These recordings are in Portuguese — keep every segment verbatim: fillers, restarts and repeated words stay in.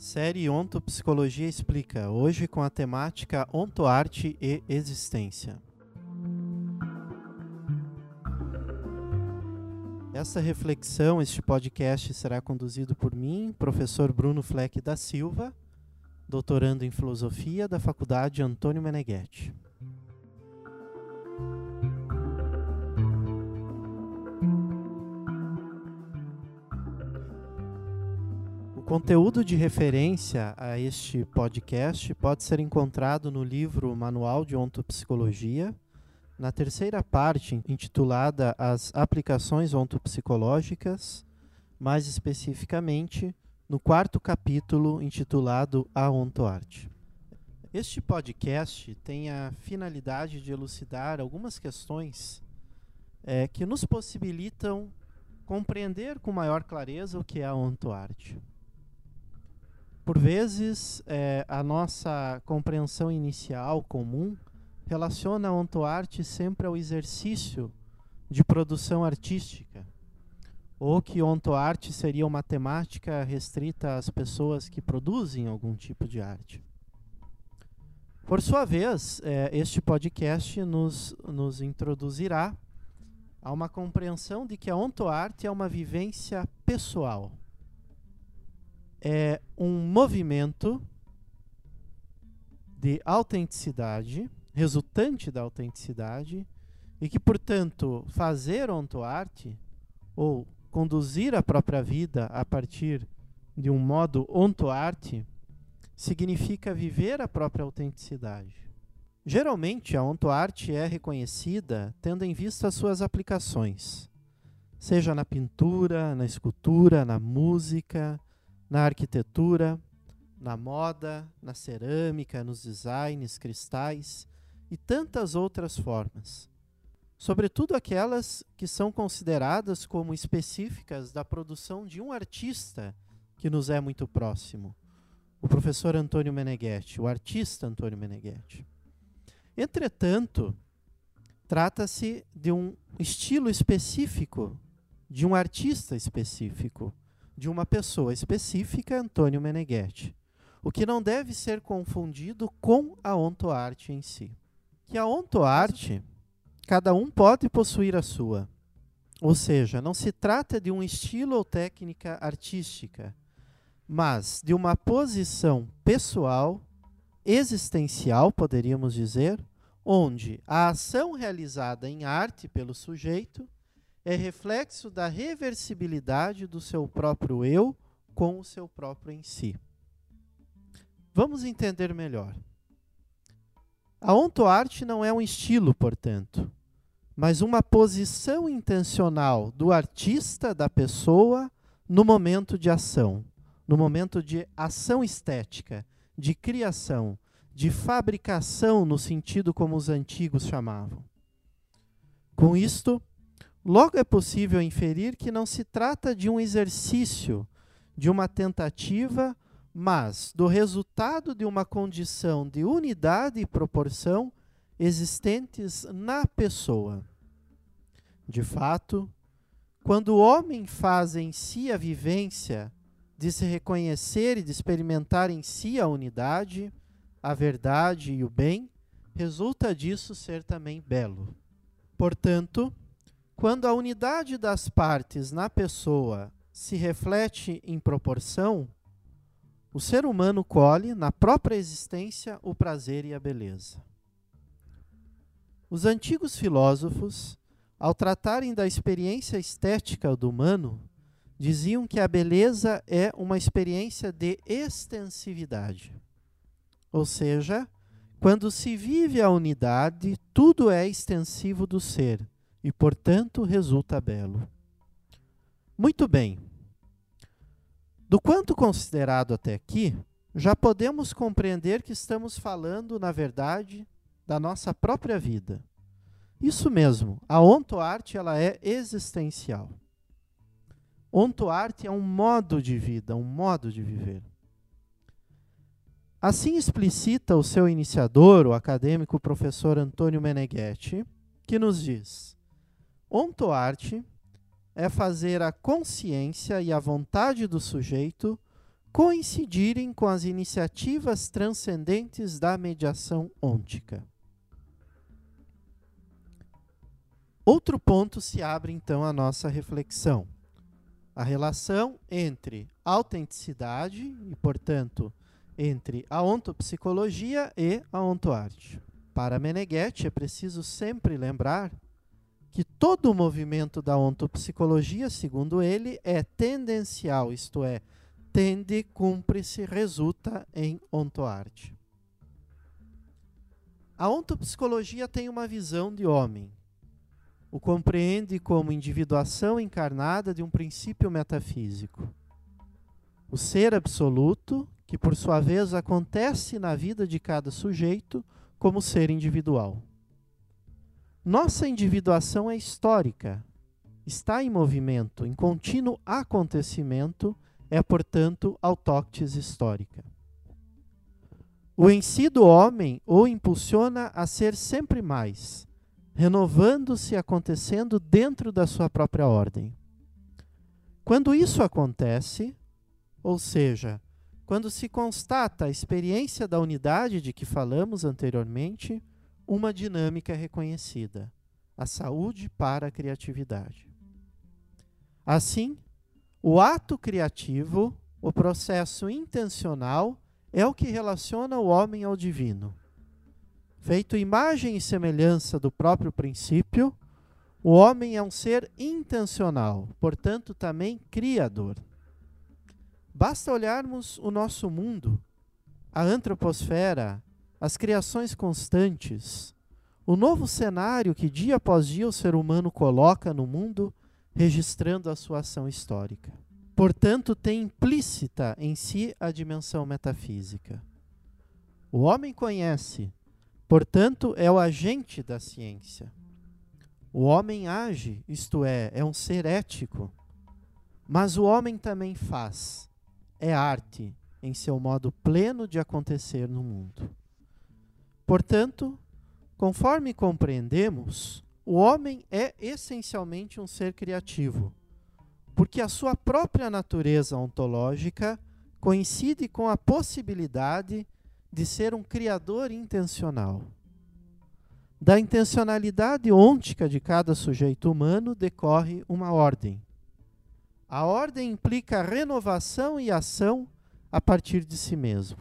Série Ontopsicologia Explica, hoje com a temática Ontoarte e Existência. Essa reflexão, este podcast será conduzido por mim, professor Bruno Fleck da Silva, doutorando em Filosofia da Faculdade Antônio Meneghetti. O conteúdo de referência a este podcast pode ser encontrado no livro Manual de Ontopsicologia, na terceira parte, intitulada As Aplicações Ontopsicológicas, mais especificamente no quarto capítulo, intitulado A Ontoarte. Este podcast tem a finalidade de elucidar algumas questões é, que nos possibilitam compreender com maior clareza o que é a ontoarte. Por vezes, é, a nossa compreensão inicial comum relaciona a ontoarte sempre ao exercício de produção artística, ou que ontoarte seria uma temática restrita às pessoas que produzem algum tipo de arte. Por sua vez, é, este podcast nos, nos introduzirá a uma compreensão de que a ontoarte é uma vivência pessoal. É um movimento de autenticidade, resultante da autenticidade, e que, portanto, fazer ontoarte, ou conduzir a própria vida a partir de um modo ontoarte, significa viver a própria autenticidade. Geralmente, a ontoarte é reconhecida tendo em vista as suas aplicações, seja na pintura, na escultura, na música, na arquitetura, na moda, na cerâmica, nos designs, cristais e tantas outras formas. Sobretudo aquelas que são consideradas como específicas da produção de um artista que nos é muito próximo, o professor Antônio Meneghetti, o artista Antônio Meneghetti. Entretanto, trata-se de um estilo específico, de um artista específico, de uma pessoa específica, Antônio Meneghetti, o que não deve ser confundido com a ontoarte em si. Que a ontoarte, cada um pode possuir a sua, ou seja, não se trata de um estilo ou técnica artística, mas de uma posição pessoal, existencial, poderíamos dizer, onde a ação realizada em arte pelo sujeito é reflexo da reversibilidade do seu próprio eu com o seu próprio em si. Vamos entender melhor. A ontoarte não é um estilo, portanto, mas uma posição intencional do artista, da pessoa, no momento de ação, no momento de ação estética, de criação, de fabricação, no sentido como os antigos chamavam. Com isto, logo é possível inferir que não se trata de um exercício, de uma tentativa, mas do resultado de uma condição de unidade e proporção existentes na pessoa. De fato, quando o homem faz em si a vivência de se reconhecer e de experimentar em si a unidade, a verdade e o bem, resulta disso ser também belo. Portanto, quando a unidade das partes na pessoa se reflete em proporção, o ser humano colhe, na própria existência, o prazer e a beleza. Os antigos filósofos, ao tratarem da experiência estética do humano, diziam que a beleza é uma experiência de extensividade. Ou seja, quando se vive a unidade, tudo é extensivo do ser, e, portanto, resulta belo. Muito bem. Do quanto considerado até aqui, já podemos compreender que estamos falando, na verdade, da nossa própria vida. Isso mesmo, a ontoarte ela é existencial. Ontoarte é um modo de vida, um modo de viver. Assim explicita o seu iniciador, o acadêmico professor Antônio Meneghetti, que nos diz: ontoarte é fazer a consciência e a vontade do sujeito coincidirem com as iniciativas transcendentes da mediação ôntica. Outro ponto se abre então a nossa reflexão. A relação entre autenticidade e, portanto, entre a ontopsicologia e a ontoarte. Para Meneghetti é preciso sempre lembrar que todo o movimento da ontopsicologia, segundo ele, é tendencial, isto é, tende, cumpre-se, resulta em ontoarte. A ontopsicologia tem uma visão de homem. O compreende como individuação encarnada de um princípio metafísico. O ser absoluto, que por sua vez acontece na vida de cada sujeito como ser individual. Nossa individuação é histórica, está em movimento, em contínuo acontecimento, é, portanto, autóctise histórica. O em si do homem o impulsiona a ser sempre mais, renovando-se e acontecendo dentro da sua própria ordem. Quando isso acontece, ou seja, quando se constata a experiência da unidade de que falamos anteriormente, uma dinâmica é reconhecida, a saúde para a criatividade. Assim, o ato criativo, o processo intencional, é o que relaciona o homem ao divino. Feito imagem e semelhança do próprio princípio, o homem é um ser intencional, portanto também criador. Basta olharmos o nosso mundo, a antroposfera, as criações constantes, o novo cenário que dia após dia o ser humano coloca no mundo, registrando a sua ação histórica. Portanto, tem implícita em si a dimensão metafísica. O homem conhece, portanto, é o agente da ciência. O homem age, isto é, é um ser ético, mas o homem também faz, é arte, em seu modo pleno de acontecer no mundo. Portanto, conforme compreendemos, o homem é essencialmente um ser criativo, porque a sua própria natureza ontológica coincide com a possibilidade de ser um criador intencional. Da intencionalidade ôntica de cada sujeito humano decorre uma ordem. A ordem implica renovação e ação a partir de si mesmo.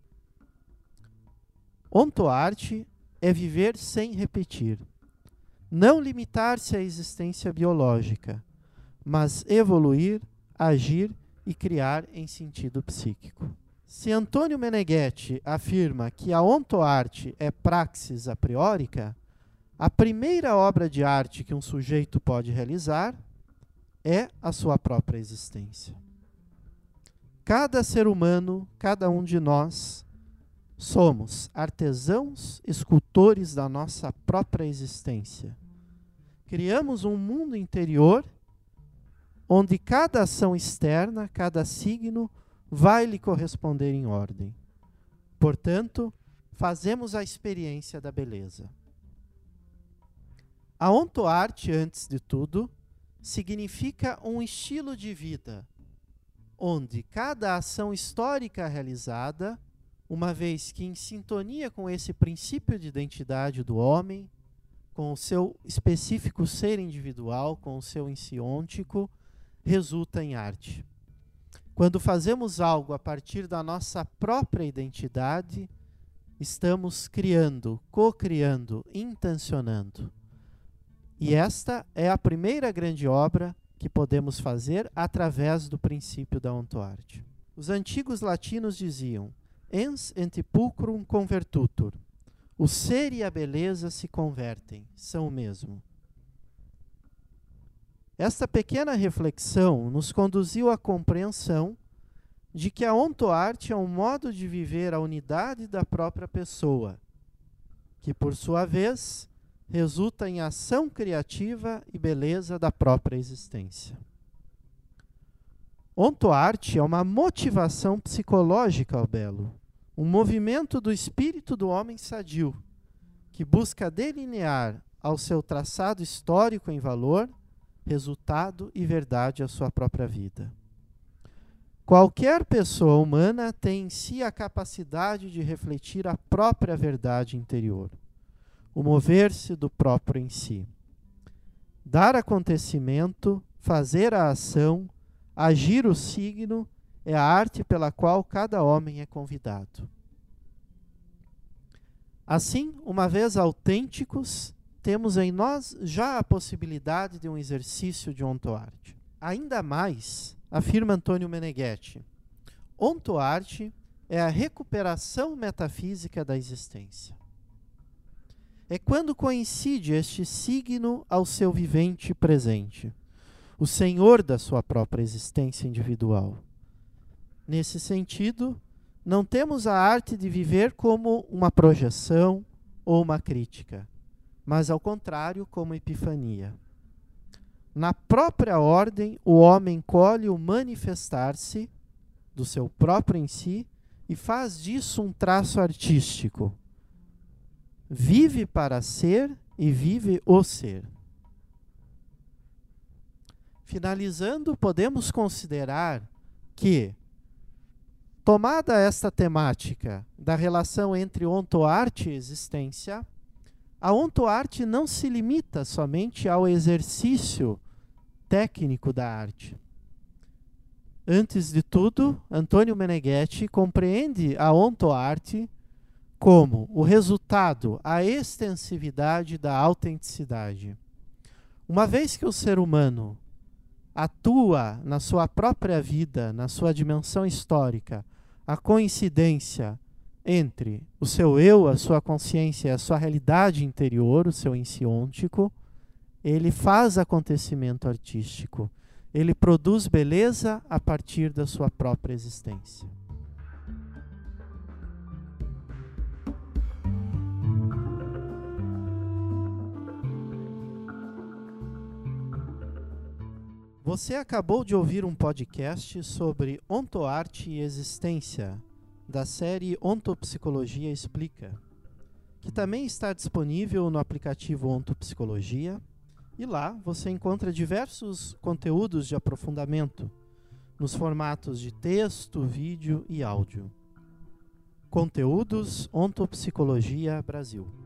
Ontoarte é viver sem repetir. Não limitar-se à existência biológica, mas evoluir, agir e criar em sentido psíquico. Se Antônio Meneghetti afirma que a ontoarte é praxis a priorica, a primeira obra de arte que um sujeito pode realizar é a sua própria existência. Cada ser humano, cada um de nós, somos artesãos, escultores da nossa própria existência. Criamos um mundo interior onde cada ação externa, cada signo, vai lhe corresponder em ordem. Portanto, fazemos a experiência da beleza. A ontoarte, antes de tudo, significa um estilo de vida, onde cada ação histórica realizada, uma vez que em sintonia com esse princípio de identidade do homem, com o seu específico ser individual, com o seu ensiôntico, resulta em arte. Quando fazemos algo a partir da nossa própria identidade, estamos criando, co-criando, intencionando. E esta é a primeira grande obra que podemos fazer através do princípio da ontoarte. Os antigos latinos diziam: ens ente pulcrum convertutur. O ser e a beleza se convertem, são o mesmo. Esta pequena reflexão nos conduziu à compreensão de que a ontoarte é um modo de viver a unidade da própria pessoa, que, por sua vez, resulta em ação criativa e beleza da própria existência. Ontoarte é uma motivação psicológica ao belo, um movimento do espírito do homem sadio, que busca delinear ao seu traçado histórico em valor, resultado e verdade à sua própria vida. Qualquer pessoa humana tem em si a capacidade de refletir a própria verdade interior, o mover-se do próprio em si. Dar acontecimento, fazer a ação, agir o signo, é a arte pela qual cada homem é convidado. Assim, uma vez autênticos, temos em nós já a possibilidade de um exercício de ontoarte. Ainda mais, afirma Antônio Meneghetti, ontoarte é a recuperação metafísica da existência. É quando coincide este signo ao seu vivente presente, o senhor da sua própria existência individual. Nesse sentido, não temos a arte de viver como uma projeção ou uma crítica, mas, ao contrário, como epifania. Na própria ordem, o homem colhe o manifestar-se do seu próprio em si e faz disso um traço artístico. Vive para ser e vive o ser. Finalizando, podemos considerar que, tomada esta temática da relação entre ontoarte e existência, a ontoarte não se limita somente ao exercício técnico da arte. Antes de tudo, Antônio Meneghetti compreende a ontoarte como o resultado, a extensividade da autenticidade. Uma vez que o ser humano atua na sua própria vida, na sua dimensão histórica, a coincidência entre o seu eu, a sua consciência e a sua realidade interior, o seu ensiôntico, ele faz acontecimento artístico. Ele produz beleza a partir da sua própria existência. Você acabou de ouvir um podcast sobre ontoarte e existência, da série Ontopsicologia Explica, que também está disponível no aplicativo Ontopsicologia, e lá você encontra diversos conteúdos de aprofundamento, nos formatos de texto, vídeo e áudio. Conteúdos Ontopsicologia Brasil.